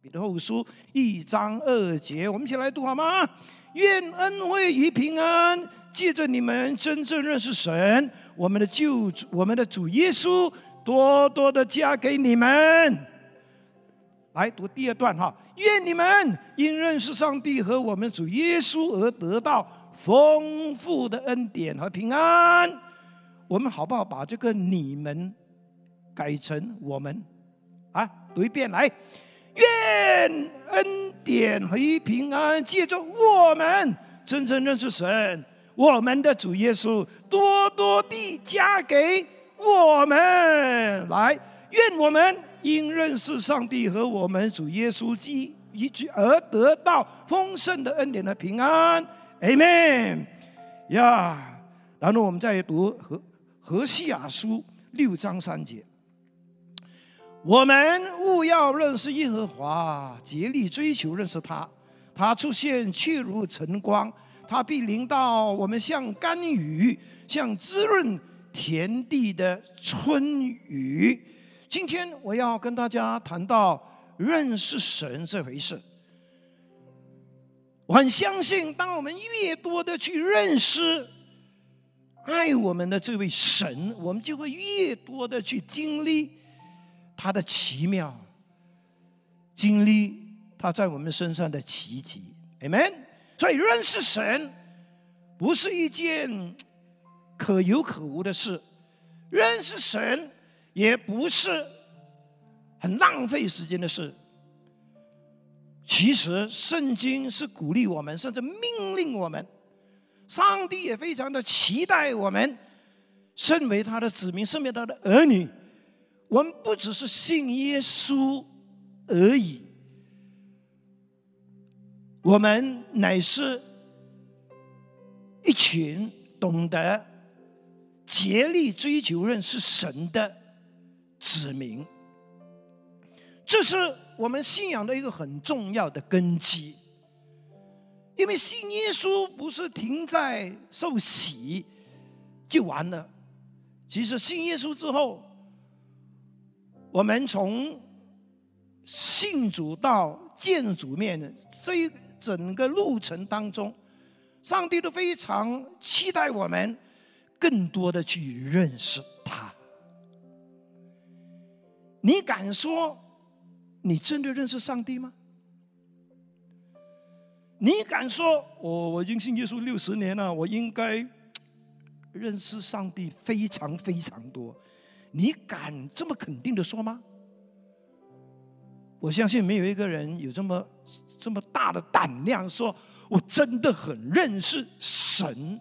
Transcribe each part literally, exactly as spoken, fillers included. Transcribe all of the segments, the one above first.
彼得后书一章二节，我们一起来读好吗？愿恩惠与平安借着你们真正认识神，我们的救主，我们的主耶稣，多多的加给你们。来读第二段哈，愿你们因认识上帝和我们主耶稣而得到丰富的恩典和平安。我们好不好把这个你们改成我们啊？读一遍来，愿恩典和平安借着我们真正认识神，我们的主耶稣，多多地加给我们。来，愿我们因认识上帝和我们主耶稣基督而得到丰盛的恩典和平安。Amen 呀。然后我们再读何何西阿书六章三节。我们务要认识耶和华，竭力追求认识他。他出现却如晨光，他必临到我们，像甘雨，像滋润田地的春雨。今天我要跟大家谈到认识神这回事。我很相信，当我们越多的去认识爱我们的这位神，我们就会越多的去经历他的奇妙，经历他在我们身上的奇迹。 Amen。 所以认识神不是一件可有可无的事，认识神也不是很浪费时间的事。其实圣经是鼓励我们，甚至命令我们，上帝也非常的期待我们身为他的子民，身为他的儿女，我们不只是信耶稣而已，我们乃是一群懂得竭力追求认识神的子民。这是我们信仰的一个很重要的根基。因为信耶稣不是停在受洗就完了，其实信耶稣之后，我们从信主到见主面的这一整个路程当中，上帝都非常期待我们更多的去认识他。你敢说你真的认识上帝吗？你敢说、哦、我已经信耶稣六十年了，我应该认识上帝非常非常多？你敢这么肯定的说吗？我相信没有一个人有这么这么大的胆量说我真的很认识神。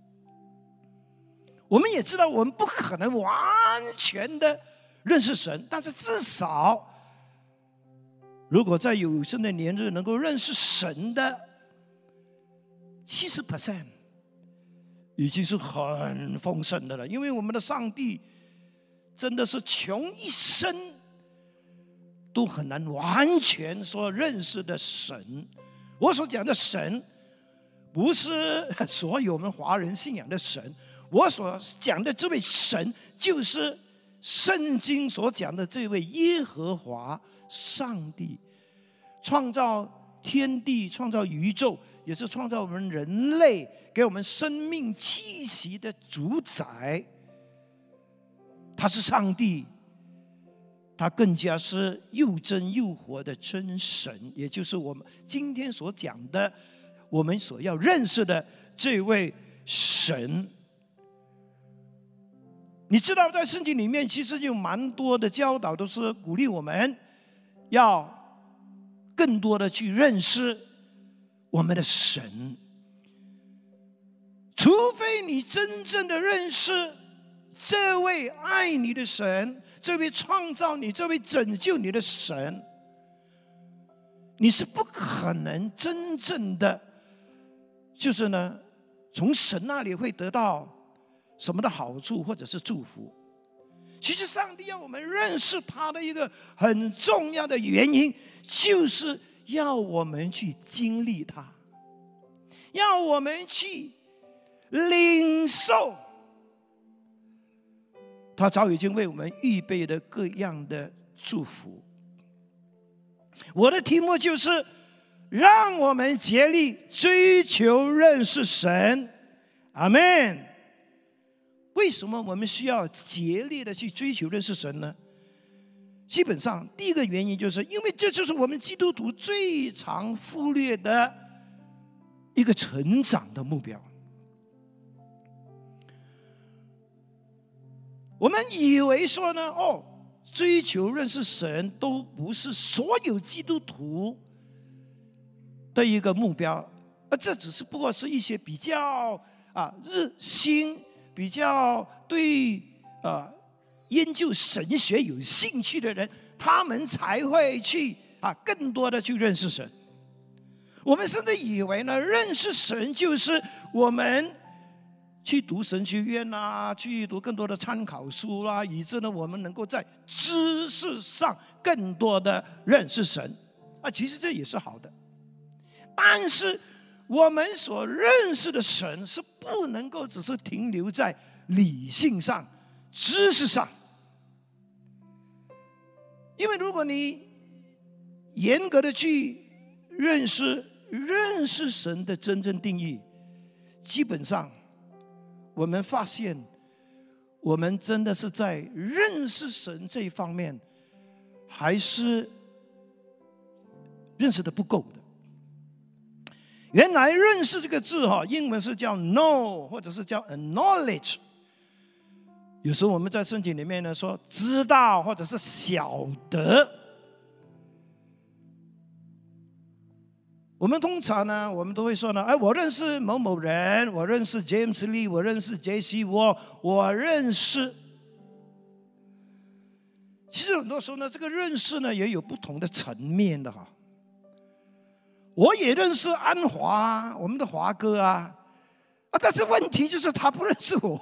我们也知道我们不可能完全的认识神，但是至少如果在有生的年日能够认识神的 百分之七十 已经是很丰盛的了。因为我们的上帝真的是穷一生都很难完全说认识的神。我所讲的神不是所有我们华人信仰的神，我所讲的这位神就是圣经所讲的这位耶和华上帝，创造天地，创造宇宙，也是创造我们人类，给我们生命气息的主宰。他是上帝，他更加是又真又活的真神，也就是我们今天所讲的，我们所要认识的这位神。你知道在圣经里面其实有蛮多的教导，都是鼓励我们要更多的去认识我们的神。除非你真正的认识这位爱你的神，这位创造你，这位拯救你的神，你是不可能真正的就是呢从神那里会得到什么的好处或者是祝福。其实上帝要我们认识他的一个很重要的原因，就是要我们去经历他，要我们去领受他早已经为我们预备的各样的祝福。 我的题目就是让我们竭力追求认识神。阿们。为什么我们需要竭力的去追求认识神呢？基本上第一个原因就是因为这就是我们基督徒最常忽略的一个成长的目标。我们以为说呢，哦，追求认识神都不是所有基督徒的一个目标，而这只是不过是一些比较啊热心、比较对啊研究神学有兴趣的人，他们才会去啊更多的去认识神。我们甚至以为呢，认识神就是我们去读神学院啦，去读更多的参考书啦，以致呢我们能够在知识上更多的认识神啊。其实这也是好的，但是我们所认识的神是不能够只是停留在理性上、知识上。因为如果你严格的去认识认识神的真正定义，基本上我们发现我们真的是在认识神这一方面还是认识的不够的。原来认识这个字哈，英文是叫 know 或者是叫 acknowledge。有时候我们在圣经里面呢说知道或者是晓得。我们通常呢，我们都会说呢，哎，我认识某某人，我认识 James Lee， 我认识 J C Wall， 我认识。其实很多时候呢，这个认识呢也有不同的层面的哈。我也认识安华，我们的华哥啊，啊，但是问题就是他不认识我。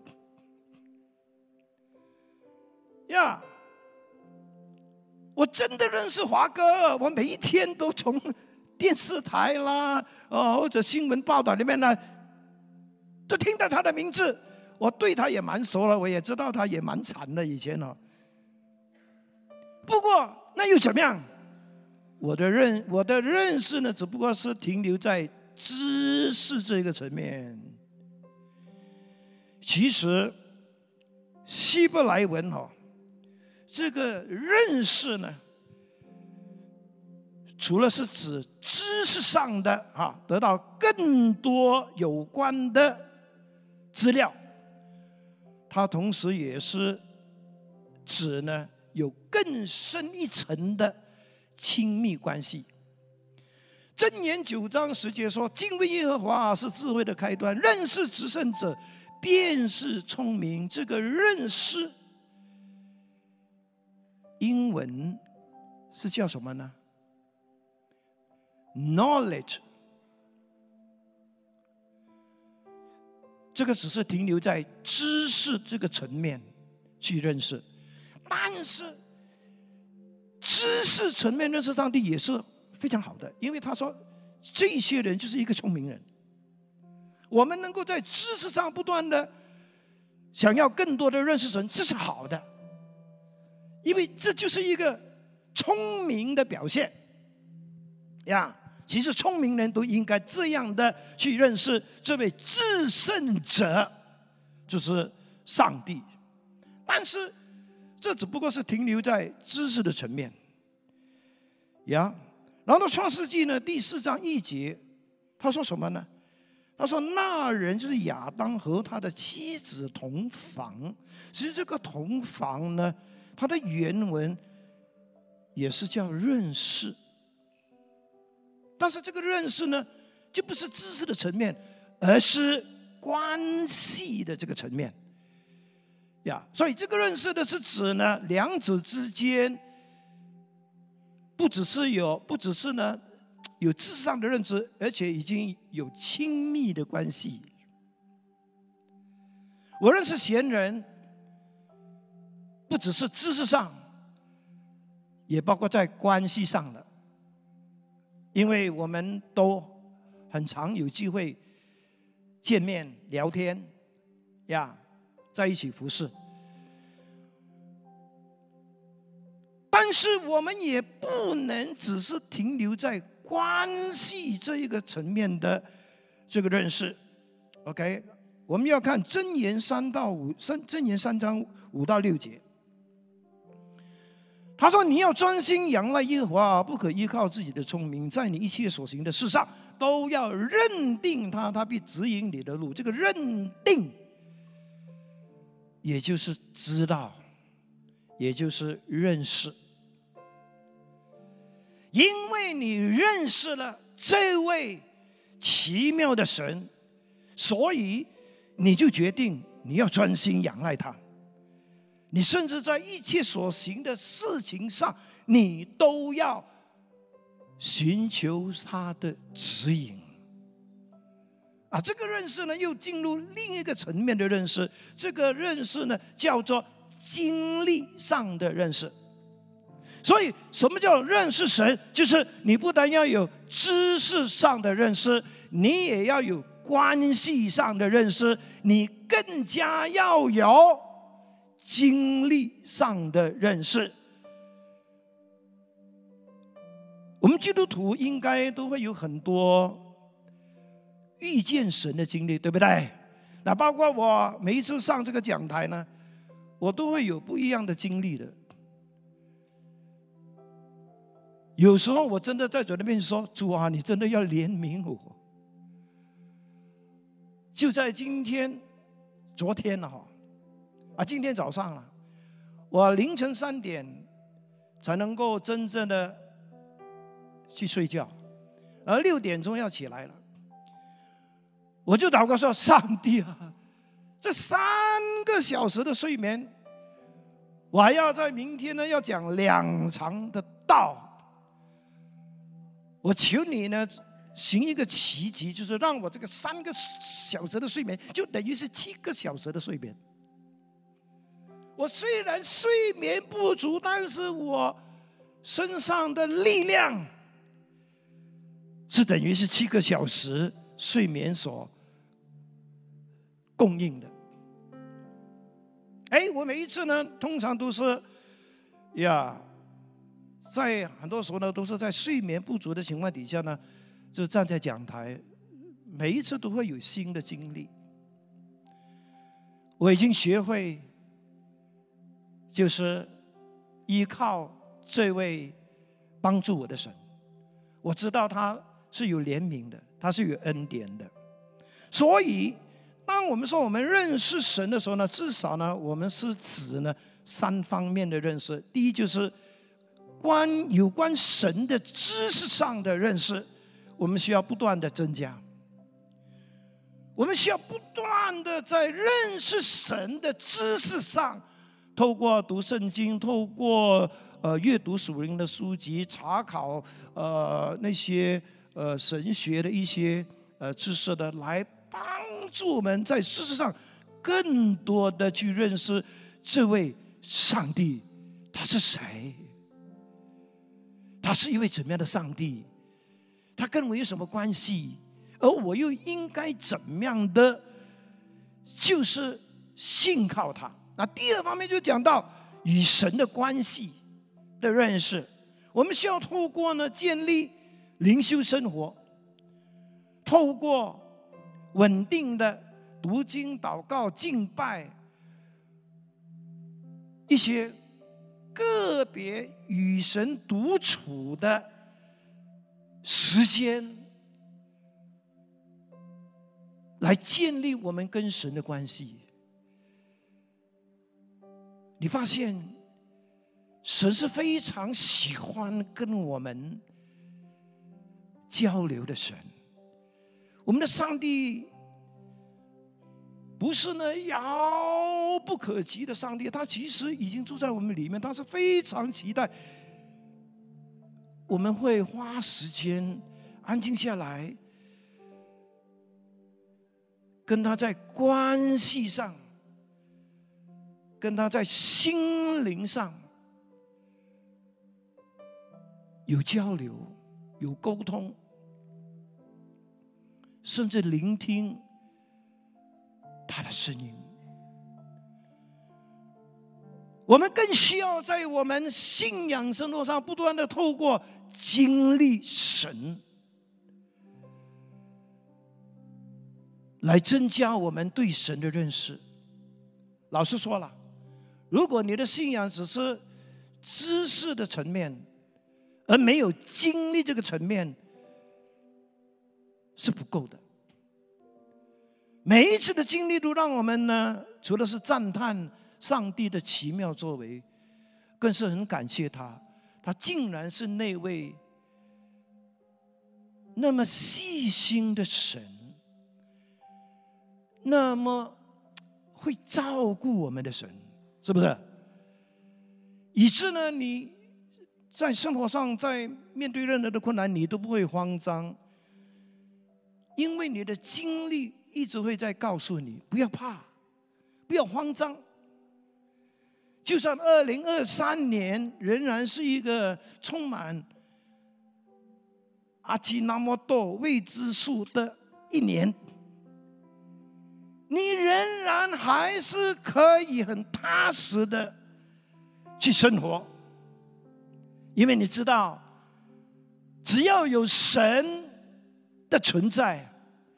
呀，我真的认识华哥，我每一天都从电视台啦，哦，或者新闻报道里面呢，都听到他的名字。我对他也蛮熟了，我也知道他也蛮惨的以前哦。不过那又怎么样？我的认我的认识呢，只不过是停留在知识这个层面。其实希伯来文哈、哦，这个认识呢，除了是指知识上的啊，得到更多有关的资料，它同时也是指呢有更深一层的亲密关系。箴言九章十节说：“敬畏耶和华是智慧的开端，认识至圣者便是聪明。”这个认识，英文是叫什么呢？Knowledge， 这个只是停留在知识这个层面去认识，但是知识层面认识上帝也是非常好的，因为他说这些人就是一个聪明人。我们能够在知识上不断的想要更多的认识神，这是好的，因为这就是一个聪明的表现呀。其实聪明人都应该这样的去认识这位至圣者，就是上帝。但是这只不过是停留在知识的层面呀。然后到创世纪呢第四章一节，他说什么呢？他说那人就是亚当和他的妻子同房。其实这个同房呢，它的原文也是叫认识。但是这个认识呢，就不是知识的层面，而是关系的这个层面呀。所以这个认识的是指呢，两者之间不只是有，不只是呢有知识上的认知，而且已经有亲密的关系。我认识贤人，不只是知识上，也包括在关系上的。因为我们都很常有机会见面聊天呀，在一起服侍。 但是我们也不能只是停留在关系这一个层面的这个认识。 OK， 我们要看箴言三到五三箴言三章五到六节。他说：“你要专心仰赖耶和华，不可依靠自己的聪明，在你一切所行的事上，都要认定他，他必指引你的路。”这个认定，也就是知道，也就是认识。因为你认识了这位奇妙的神，所以你就决定你要专心仰赖他。你甚至在一切所行的事情上，你都要寻求他的指引。啊，这个认识呢，又进入另一个层面的认识。这个认识呢，叫做经历上的认识。所以，什么叫认识神？就是你不但要有知识上的认识，你也要有关系上的认识，你更加要有经历上的认识。我们基督徒应该都会有很多遇见神的经历，对不对？那包括我每一次上这个讲台呢，我都会有不一样的经历的。有时候我真的在主的面前说：“主啊，你真的要怜悯我。”就在今天、昨天了哈，啊，今天早上了，我凌晨三点才能够真正的去睡觉，而六点钟要起来了。我就祷告说：“上帝啊，这三个小时的睡眠，我还要在明天呢要讲两场的道。我求你呢，行一个奇迹，就是让我这个三个小时的睡眠，就等于是七个小时的睡眠。我虽然睡眠不足，但是我身上的力量是等于是七个小时睡眠所供应的。哎，我每一次呢，通常都是呀。”在很多时候呢，都是在睡眠不足的情况底下呢，就站在讲台，每一次都会有新的经历。我已经学会，就是依靠这位帮助我的神。我知道他是有怜悯的，他是有恩典的。所以，当我们说我们认识神的时候呢，至少呢，我们是指呢三方面的认识。第一就是关有关神的知识上的认识，我们需要不断的增加。我们需要不断的在认识神的知识上，透过读圣经，透过呃阅读属灵的书籍，查考呃那些呃神学的一些呃知识的，来帮助我们在事实上更多的去认识这位上帝，他是谁？他是一位怎么样的上帝？他跟我有什么关系？而我又应该怎么样的，就是信靠他。那第二方面就讲到与神的关系的认识，我们需要透过呢建立灵修生活，透过稳定的读经、祷告、敬拜，一些个别与神独处的时间，来建立我们跟神的关系。你发现神是非常喜欢跟我们交流的神。我们的上帝不是呢遥不可及的上帝，他其实已经住在我们里面，他是非常期待我们会花时间安静下来，跟他在关系上，跟他在心灵上有交流，有沟通，甚至聆听他的声音。 我们更需要在我们信仰生活上不断的透过经历神，来增加我们对神的认识。老实说了，如果你的信仰只是知识的层面，而没有经历这个层面，是不够的。每一次的经历都让我们呢，除了是赞叹上帝的奇妙作为，更是很感谢他，他竟然是那位那么细心的神，那么会照顾我们的神，是不是？以致呢，你在生活上，在面对任何的困难，你都不会慌张，因为你的经历一直会在告诉你，不要怕，不要慌张。就算二零二三年仍然是一个充满阿基那么多未知数的一年，你仍然还是可以很踏实的去生活，因为你知道，只要有神的存在，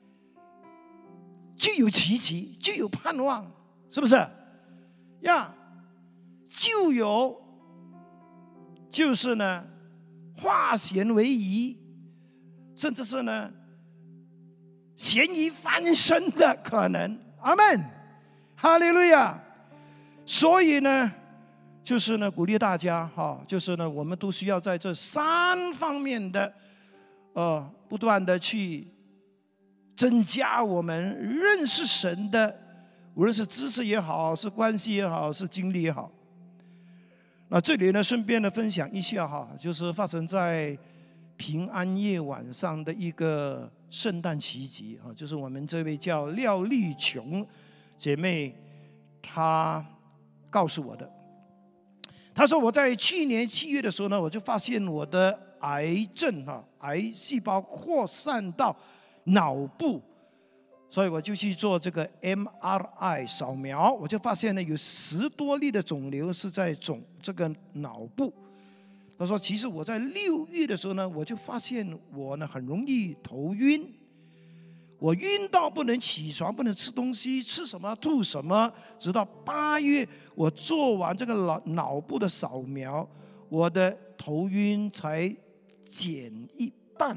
就有奇迹，就有盼望，是不是呀？就有就是呢化险为夷，甚至是呢咸鱼翻身的可能。阿们，哈利路亚。所以呢就是呢鼓励大家哈，就是呢我们都需要在这三方面的呃不断的去增加我们认识神的，无论是知识也好，是关系也好，是经历也好。那这里呢顺便的分享一下哈，就是发生在平安夜晚上的一个圣诞奇迹啊，就是我们这位叫廖丽琼姐妹她告诉我的。她说我在去年七月的时候呢，我就发现我的癌症哈，癌细胞扩散到脑部，所以我就去做这个 M R I 扫描，我就发现呢有十多粒的肿瘤是在肿这个脑部。他说其实我在六月的时候呢，我就发现我呢很容易头晕，我晕到不能起床，不能吃东西，吃什么吐什么。直到八月我做完这个脑脑部的扫描，我的头晕才减一半。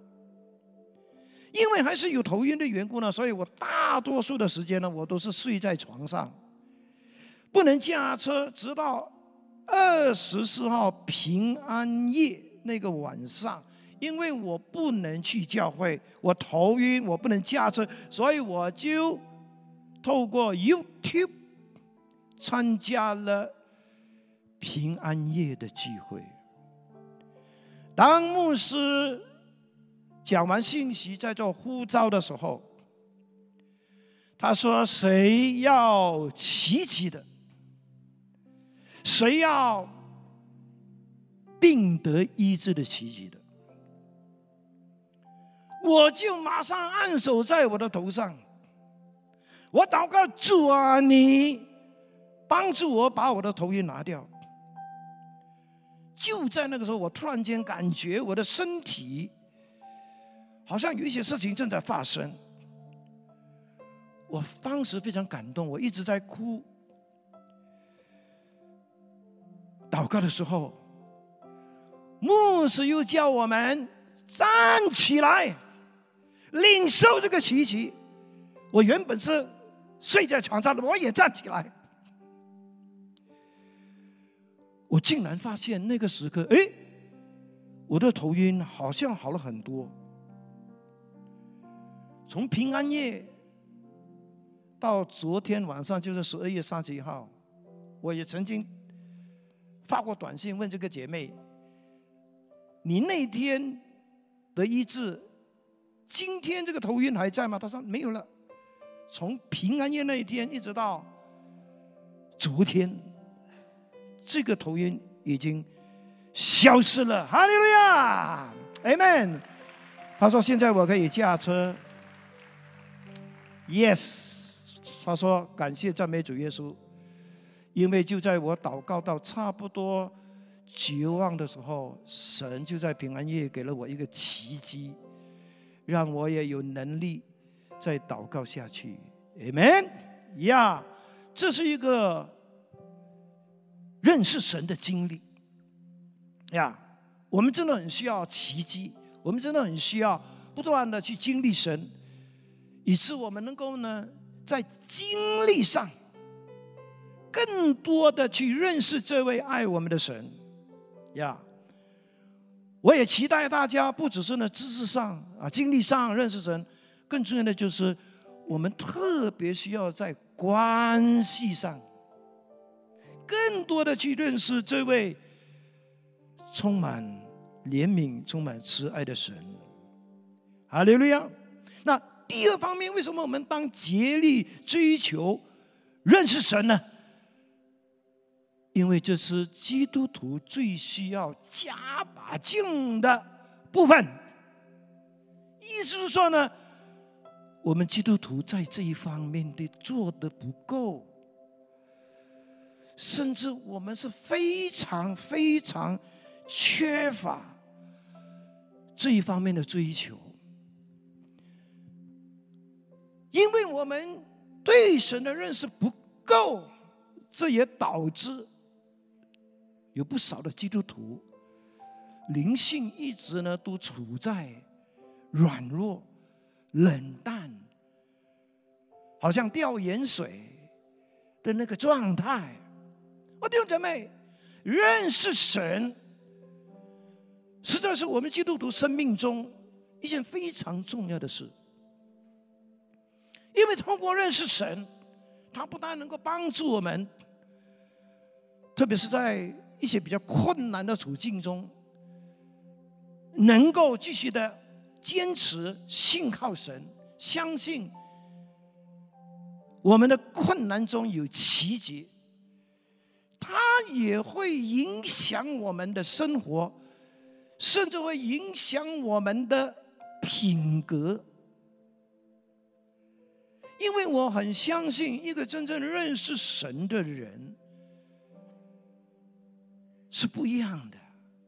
因为还是有头晕的缘故呢，所以我大多数的时间呢，我都是睡在床上，不能驾车，直到二十四号平安夜那个晚上，因为我不能去教会，我头晕，我不能驾车，所以我就透过 YouTube 参加了平安夜的聚会。当牧师讲完信息，在做呼召的时候，他说：“谁要奇迹的，谁要病得医治的奇迹的，我就马上按手在我的头上，我祷告主啊，你帮助我把我的头晕拿掉。”就在那个时候，我突然间感觉我的身体好像有一些事情正在发生，我当时非常感动，我一直在哭。祷告的时候，牧师又叫我们站起来，领受这个奇迹。我原本是睡在床上的，我也站起来。我竟然发现那个时刻，哎，我的头晕好像好了很多。从平安夜到昨天晚上，就是十二月三十一号，我也曾经发过短信问这个姐妹：“你那天的医治，今天这个头晕还在吗？”她说：“没有了。”从平安夜那一天一直到昨天，这个头晕已经消失了。哈利路亚 ，Amen。她说：“现在我可以驾车。” Yes， 他说感谢赞美主耶稣， 因为就在我祷告到差不多绝望的时候，神就在平安夜给了我一个奇迹，让我也有能力再祷告下去。Amen 呀，这是一个认识神的经历呀。我们真的很需要奇迹，我们真的很需要不断的去经历神，以致我们能够呢，在经历上更多的去认识这位爱我们的神呀。我也期待大家不只是呢知识上啊、经历上认识神，更重要的就是我们特别需要在关系上更多的去认识这位充满怜悯、充满慈爱的神。哈利路亚。那第二方面，为什么我们当竭力追求认识神呢？因为这是基督徒最需要加把劲的部分。意思是说呢，我们基督徒在这一方面的做得不够，甚至我们是非常非常缺乏这一方面的追求。因为我们对神的认识不够，这也导致有不少的基督徒灵性一直呢都处在软弱、冷淡，好像掉盐水的那个状态。我弟兄姐妹，认识神实在是我们基督徒生命中一件非常重要的事。因为通过认识神，他不但能够帮助我们，特别是在一些比较困难的处境中，能够继续的坚持信靠神，相信我们的困难中有奇迹，它也会影响我们的生活，甚至会影响我们的品格。因为我很相信，一个真正认识神的人是不一样的。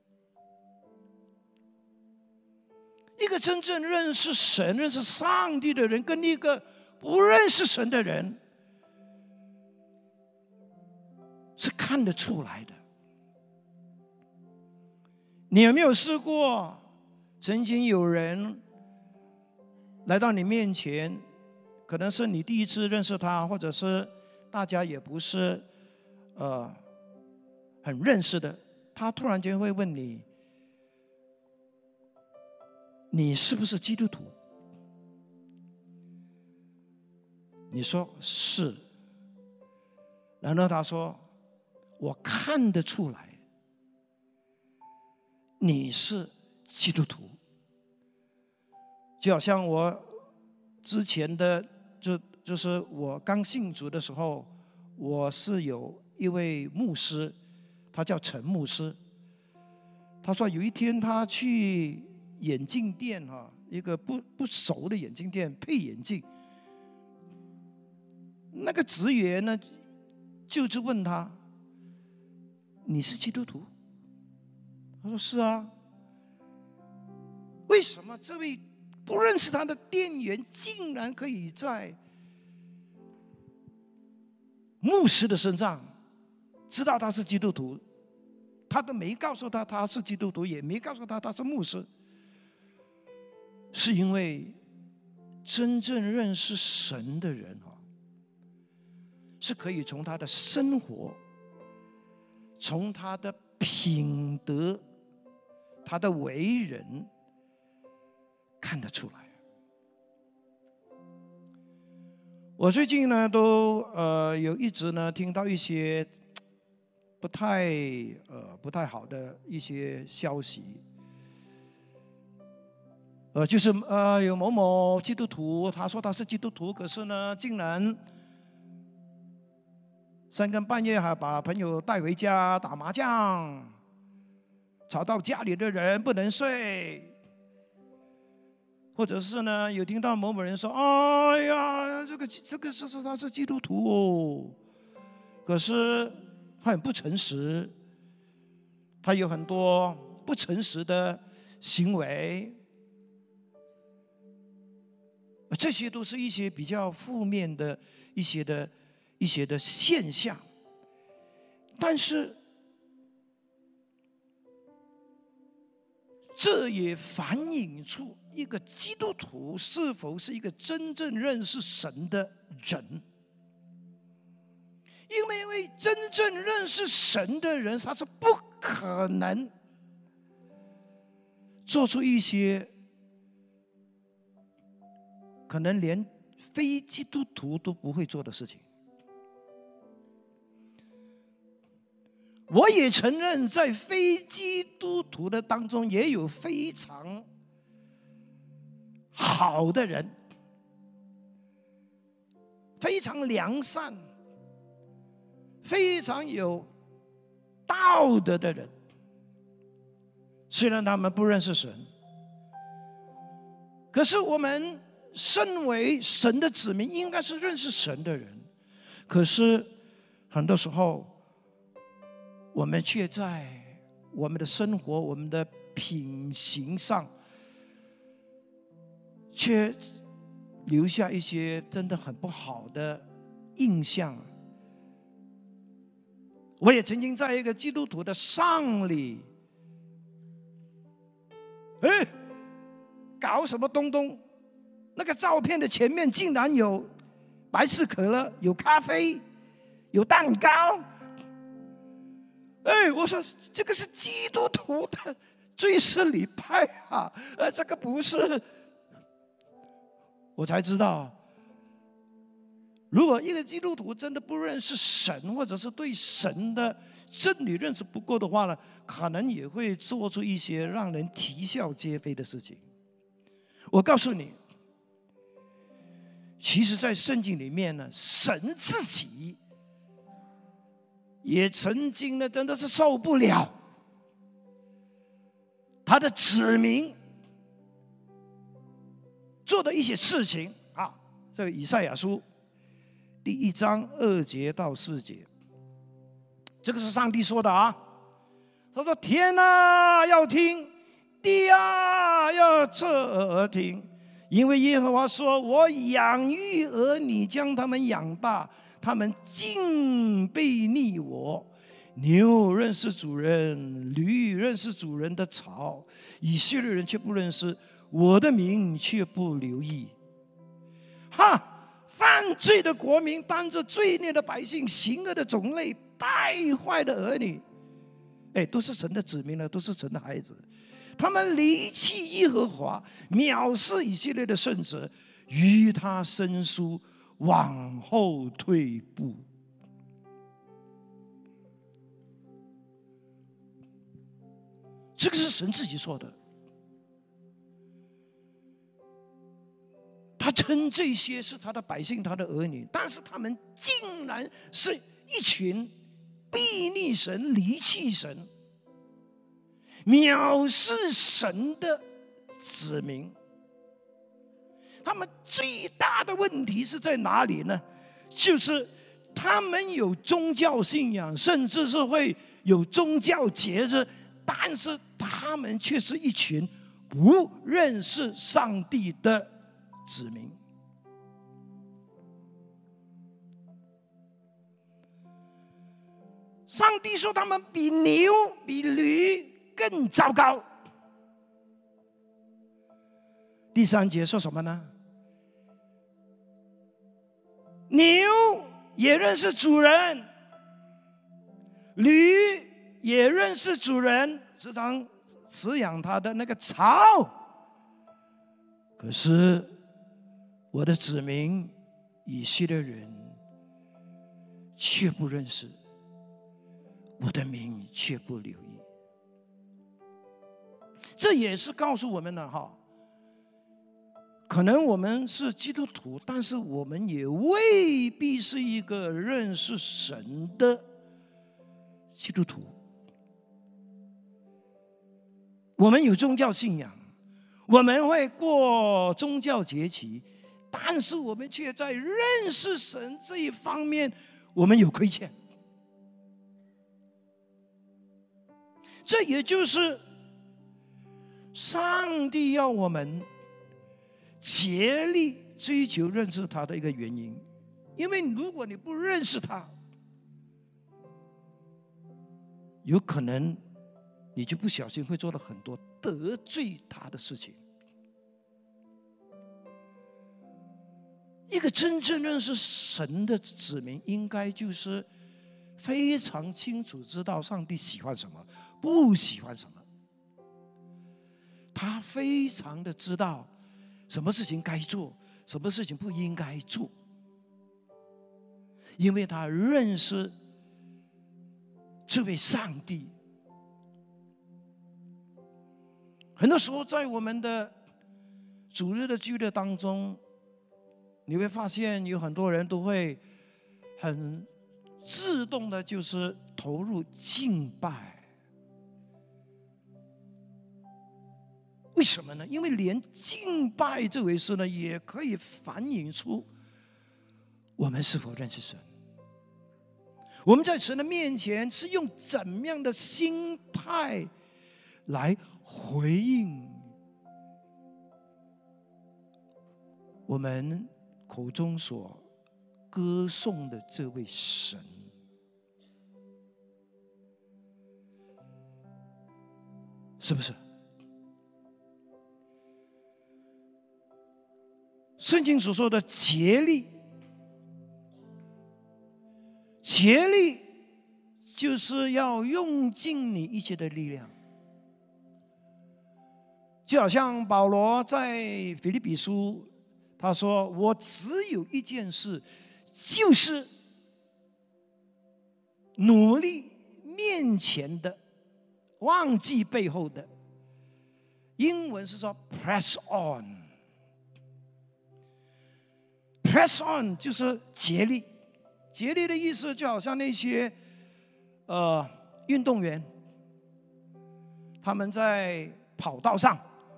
一个真正认识神、认识上帝的人，跟一个不认识神的人是看得出来的。你有没有试过，曾经有人来到你面前，可能是你第一次认识他，或者是大家也不是呃很认识的，他突然间会问你，你是不是基督徒？你说是，然后他说，我看得出来你是基督徒。就好像我之前的就就是我刚信主的时候，我是有一位牧师，他叫陈牧师。他说有一天他去眼镜店哈，一个不不熟的眼镜店配眼镜，那个职员呢就是问他：“你是基督徒？”他说：“是啊。”为什么这位不认识他的店员竟然可以在牧师的身上知道他是基督徒？他都没告诉他他是基督徒，也没告诉他他是牧师。是因为真正认识神的人啊，是可以从他的生活，从他的品德，他的为人看得出来。我最近呢，都呃有一直呢听到一些不太呃不太好的一些消息，呃就是呃有某某基督徒，他说他是基督徒，可是呢，竟然三更半夜还把朋友带回家打麻将，吵到家里的人不能睡。或者是呢，有听到某某人说：“哎呀，这个这个是他是基督徒哦。” 可是他很不诚实，他有很多不诚实的行为，这些都是一些比较负面的一些的一些的现象。但是这也反映出一个基督徒是否是一个真正认识神的人。因为因为真正认识神的人，他是不可能做出一些可能连非基督徒都不会做的事情。我也承认，在非基督徒的当中，也有非常好的人，非常良善，非常有道德的人。虽然他们不认识神，可是我们身为神的子民，应该是认识神的人。可是很多时候，我们却在我们的生活、我们的品行上，却留下一些真的很不好的印象。我也曾经在一个基督徒的丧礼，哎，搞什么东东？那个照片的前面竟然有百事可乐、有咖啡、有蛋糕。哎，我说这个是基督徒的追思礼拜啊，呃，这个不是。我才知道，如果一个基督徒真的不认识神，或者是对神的真理认识不够的话呢，可能也会做出一些让人啼笑皆非的事情。我告诉你，其实在圣经里面呢，神自己也曾经呢，真的是受不了他的子民做的一些事情啊。这个以赛亚书第一章二节到四节，这个是上帝说的啊。他说：“天啊，要听；地啊，要侧耳而听。因为耶和华说，我养育儿女，将他们养大。他们竟背逆我。牛认识主人，驴认识主人的槽，以色列人却不认识，我的名却不留意。哈！犯罪的国民，当着罪孽的百姓，行恶的种类，败坏的儿女，哎，都是神的子民了，都是神的孩子。他们离弃耶和华，藐视以色列的圣者，与他生疏，往后退步。”这个是神自己说的。他称这些是他的百姓，他的儿女，但是他们竟然是一群悖逆神、离弃神、藐视神的子民。他们最大的问题是在哪里呢？就是他们有宗教信仰，甚至是会有宗教节日，但是他们却是一群不认识上帝的子民。上帝说他们比牛、比驴更糟糕。第三节说什么呢？牛也认识主人，驴也认识主人，时常饲养他的那个槽。可是我的子民以色列人却不认识，我的名却不留意。这也是告诉我们的哈，可能我们是基督徒，但是我们也未必是一个认识神的基督徒。我们有宗教信仰，我们会过宗教节期，但是我们却在认识神这一方面，我们有亏欠。 这也就是上帝要我们竭力追求认识他的一个原因。因为如果你不认识他，有可能你就不小心会做了很多得罪他的事情。一个真正认识神的子民，应该就是非常清楚知道上帝喜欢什么，不喜欢什么。他非常的知道什么事情该做，什么事情不应该做，因为他认识这位上帝。很多时候在我们的主日的聚会当中，你会发现有很多人都会很自动的就是投入敬拜。为什么呢？因为连敬拜这回事呢，也可以反映出我们是否认识神。我们在神的面前是用怎么样的心态来回应我们口中所歌颂的这位神？是不是？圣经所说的竭力，竭力就是要用尽你一切的力量。就好像保罗在腓立比书他说，我只有一件事，就是努力面前的，忘记背后的。英文是说 press on。 press on 就是竭力。竭力的意思就好像那些呃运动员，他们在跑道上，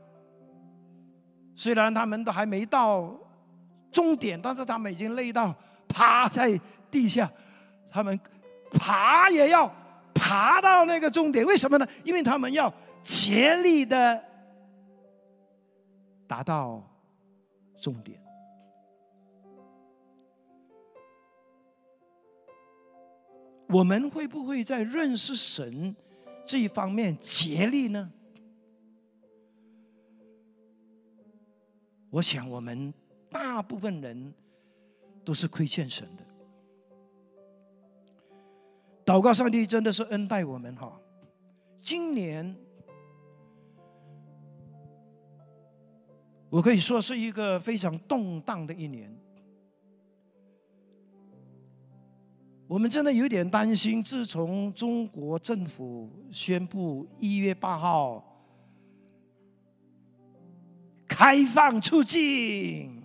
虽然他们都还没到终点，但是他们已经累到趴在地下，他们爬也要爬到那个终点。为什么呢？因为他们要竭力的达到终点。我们会不会在认识神这一方面竭力呢？我想我们大部分人都是亏欠神的。祷告上帝真的是恩待我们哈。今年我可以说是一个非常动荡的一年。我们真的有点担心，自从中国政府宣布一月八号开放出境，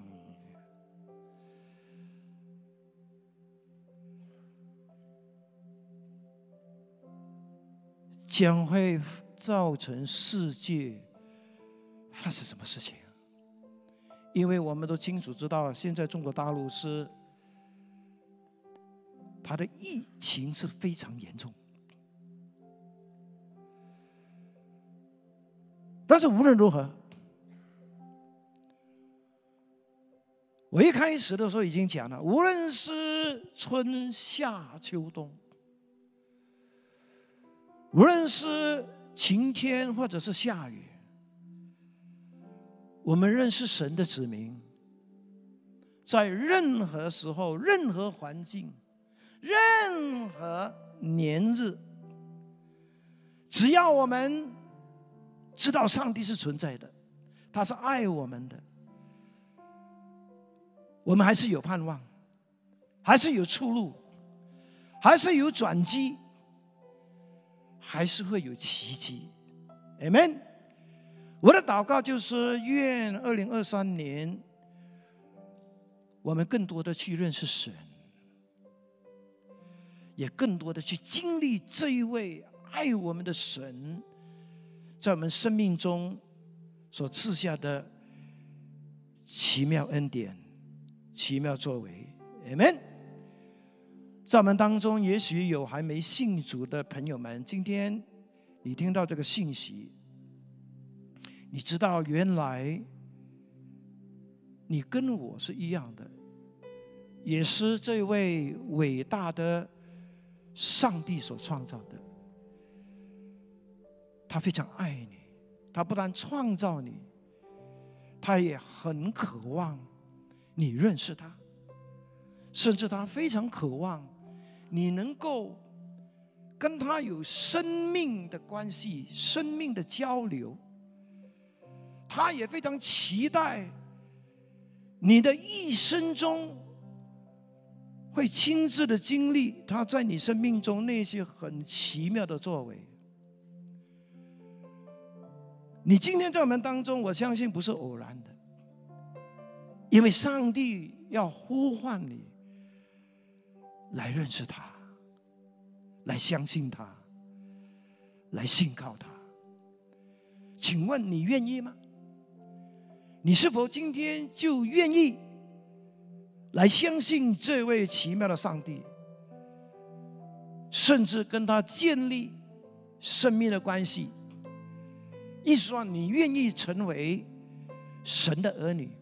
将会造成世界发生什么事情？因为我们都清楚知道，现在中国大陆是它的疫情是非常严重。但是无论如何，我一开始的时候已经讲了，无论是春夏秋冬，无论是晴天或者是下雨，我们认识神的子民，在任何时候、任何环境、任何年日，只要我们知道上帝是存在的，他是爱我们的，我们还是有盼望，还是有出路，还是有转机，还是会有奇迹。 Amen。 我的祷告就是愿二零二三年我们更多的去认识神，也更多的去经历这一位爱我们的神在我们生命中所赐下的奇妙恩典、奇妙作为。 Amen。 在我们当中也许有还没信主的朋友们，今天你听到这个信息，你知道原来你跟我是一样的，也是这位伟大的上帝所创造的。他非常爱你，他不但创造你，他也很渴望你认识他，甚至他非常渴望你能够跟他有生命的关系，生命的交流。他也非常期待你的一生中会亲自的经历他在你生命中那些很奇妙的作为。你今天在我们当中，我相信不是偶然的，因为上帝要呼唤你来认识他，来相信他，来信靠他。请问你愿意吗？你是否今天就愿意来相信这位奇妙的上帝，甚至跟他建立生命的关系？意思说，你愿意成为神的儿女。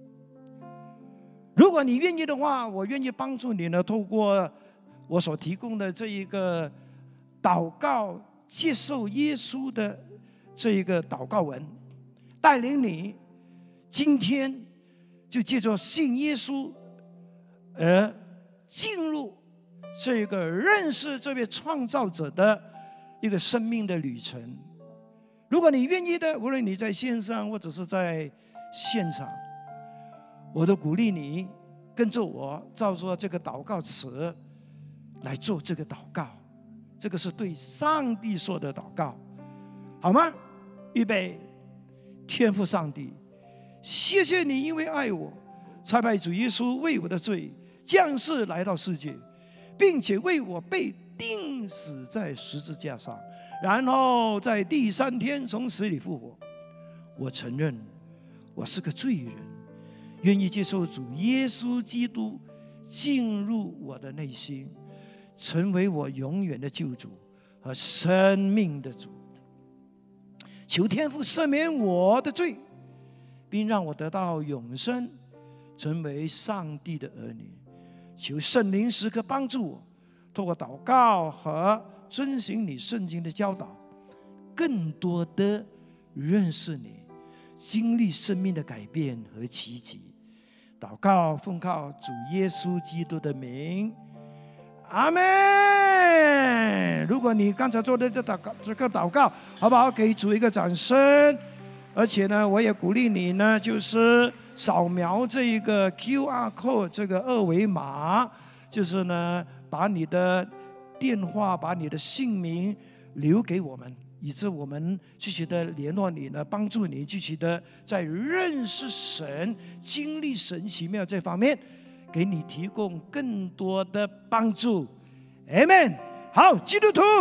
如果你愿意的话，我愿意帮助你呢，透过我所提供的这一个祷告，接受耶稣的这一个祷告文，带领你今天就借着信耶稣而进入这个认识这位创造者的一个生命的旅程。如果你愿意的，无论你在线上或者是在现场，我都鼓励你跟着我照着这个祷告词来做这个祷告。这个是对上帝说的祷告，好吗？预备。天父上帝，谢谢你因为爱我，差派主耶稣为我的罪降世来到世界，并且为我被钉死在十字架上，然后在第三天从死里复活。我承认我是个罪人，愿意接受主耶稣基督进入我的内心，成为我永远的救主和生命的主。求天父赦免我的罪，并让我得到永生，成为上帝的儿女。求圣灵时刻帮助我，透过祷告和遵行你圣经的教导，更多的认识你，经历生命的改变和奇迹。祷告奉靠主耶稣基督的名，阿们。如果你刚才做的这祷告，这个祷告好不好？给主一个掌声。而且呢，我也鼓励你呢，就是扫描这一个 Q R code 这个二维码，就是呢，把你的电话、把你的姓名留给我们，以致我们继续的联络你呢，帮助你继续的在认识神、经历神奇妙这方面，给你提供更多的帮助。Amen。好，基督徒，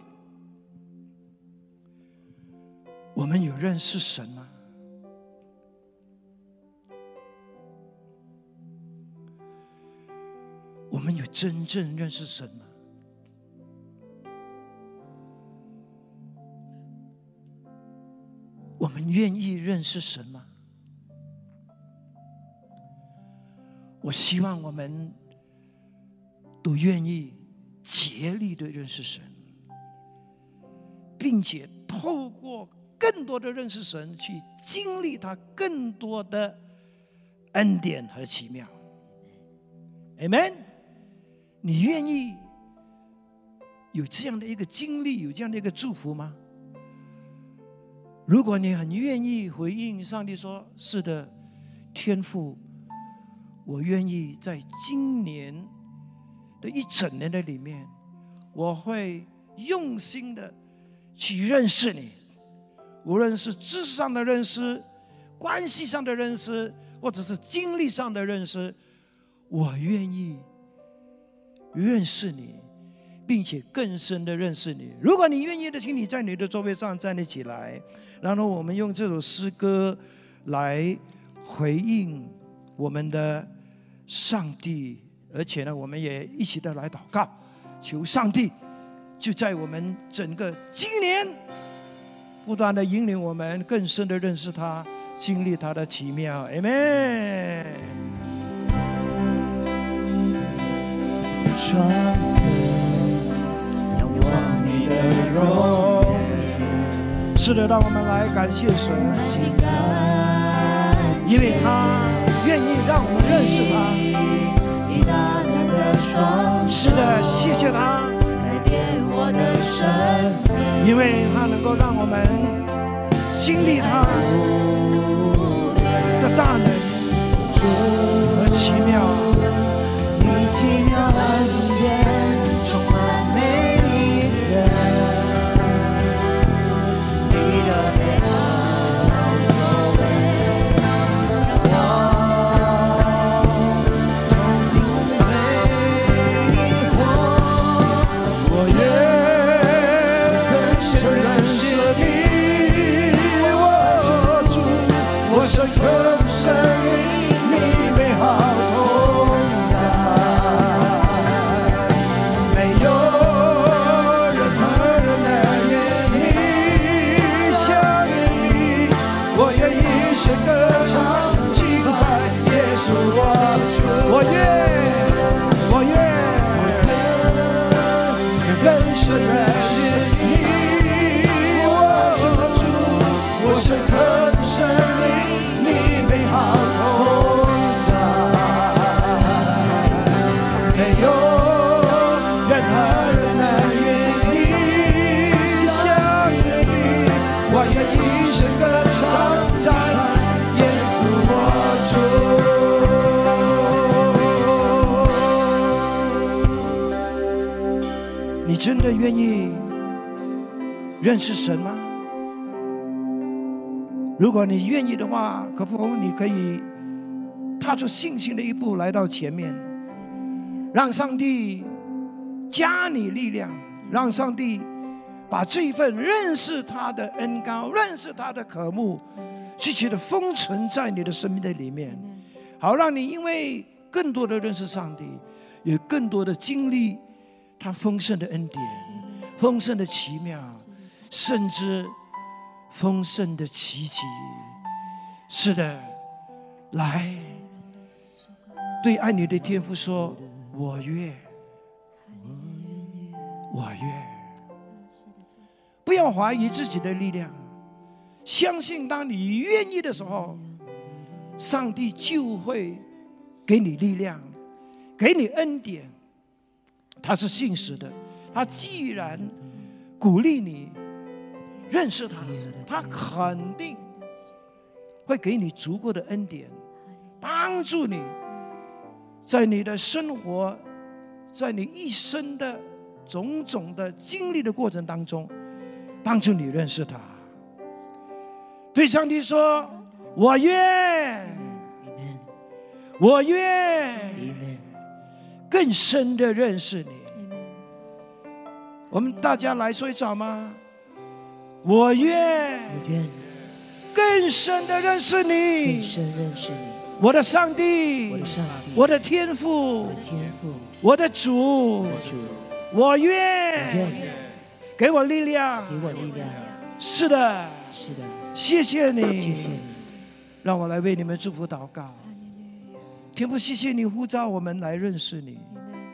我们有认识神吗？我们有真正认识神吗？我们愿意认识神吗？我希望我们都愿意竭力的认识神，并且透过更多的认识神，去经历他更多的恩典和奇妙。Amen。你愿意有这样的一个经历，有这样的一个祝福吗？如果你很愿意回应上帝说：“是的，天父，我愿意在今年的一整年的里面，我会用心的去认识你，无论是知识上的认识、关系上的认识，或者是经历上的认识，我愿意认识你，并且更深的认识你。”如果你愿意的，请你在你的座位上站立起来，然后我们用这首诗歌来回应我们的上帝，而且呢，我们也一起的来祷告，求上帝就在我们整个今年不断的引领我们更深的认识他，经历他的奇妙。 Amen。 双眼仰望你的容颜， 是的，让我们来感谢神，因为他愿意让我们认识他。是的，谢谢他，因为他能够让我们经历他的大能和奇妙。 你奇妙恩典充满每一人，你的美好作为让我重新回我，我愿更深认识你，我主，我深更深你美好同在，没有任何人能与你相比，我愿一生歌唱敬拜耶稣我主， 我愿我愿更深认识你，我主，我深更深你美好同在，没有任何人能与你相比，我愿一生歌唱赞耶稣我主。你真的愿意认识神吗？如果你愿意的话，可否你可以踏出信心的一步，来到前面，让上帝加你力量，让上帝把这一份认识他的恩膏、认识他的渴慕，具体的封存在你的生命的里面，好让你因为更多的认识上帝，有更多的经历他丰盛的恩典、丰盛的奇妙，甚至丰盛的奇迹。是的，来对爱你的天父说，我愿我愿。不要怀疑自己的力量，相信当你愿意的时候，上帝就会给你力量，给你恩典。他是信实的，他既然鼓励你认识他，他肯定会给你足够的恩典，帮助你在你的生活，在你一生的种种的经历的过程当中，帮助你认识他。对上帝说，我愿我愿更深的认识你。我们大家来说一次好吗？我愿更深的认识你，我的上帝，我的天父，我的主，我愿给我力量。是的，谢谢你，让我来为你们祝福祷告。天父，谢谢你呼召我们来认识你，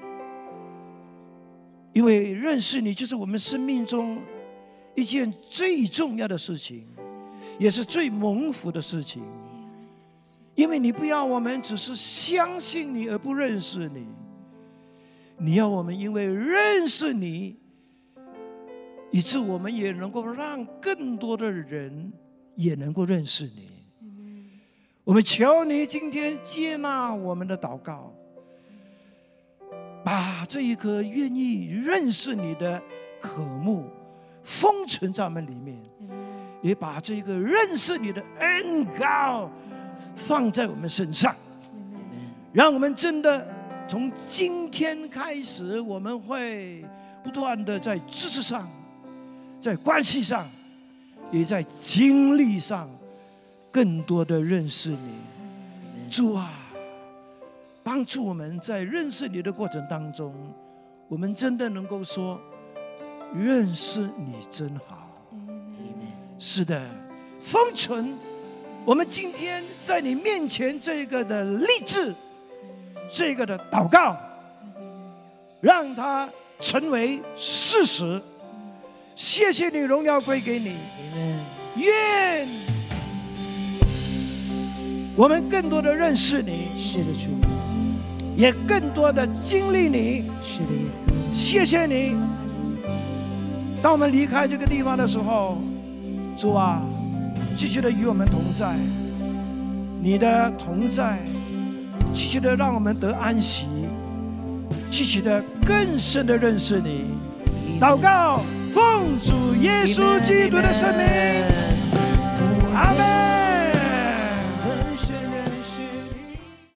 因为认识你就是我们生命中一件最重要的事情，也是最蒙福的事情。因为你不要我们只是相信你而不认识你，你要我们因为认识你，以致我们也能够让更多的人也能够认识你。我们求你今天接纳我们的祷告，把这一颗愿意认识你的渴慕封存在我们里面，也把这个认识你的恩膏放在我们身上，让我们真的从今天开始，我们会不断的在知识上，在关系上，也在经历上更多的认识你。主啊，帮助我们在认识你的过程当中，我们真的能够说， 认识你真好。是的，封存我们今天在你面前这个的励志，这个的祷告，让它成为事实。谢谢你，荣耀归给你。愿我们更多的认识你， 是的主， 也更多的经历你。 是的耶稣， 谢谢你。当我们离开这个地方的时候，主啊，继续的与我们同在，你的同在继续的让我们得安息，继续的更深的认识你。祷告，奉主耶稣基督的圣名，阿门。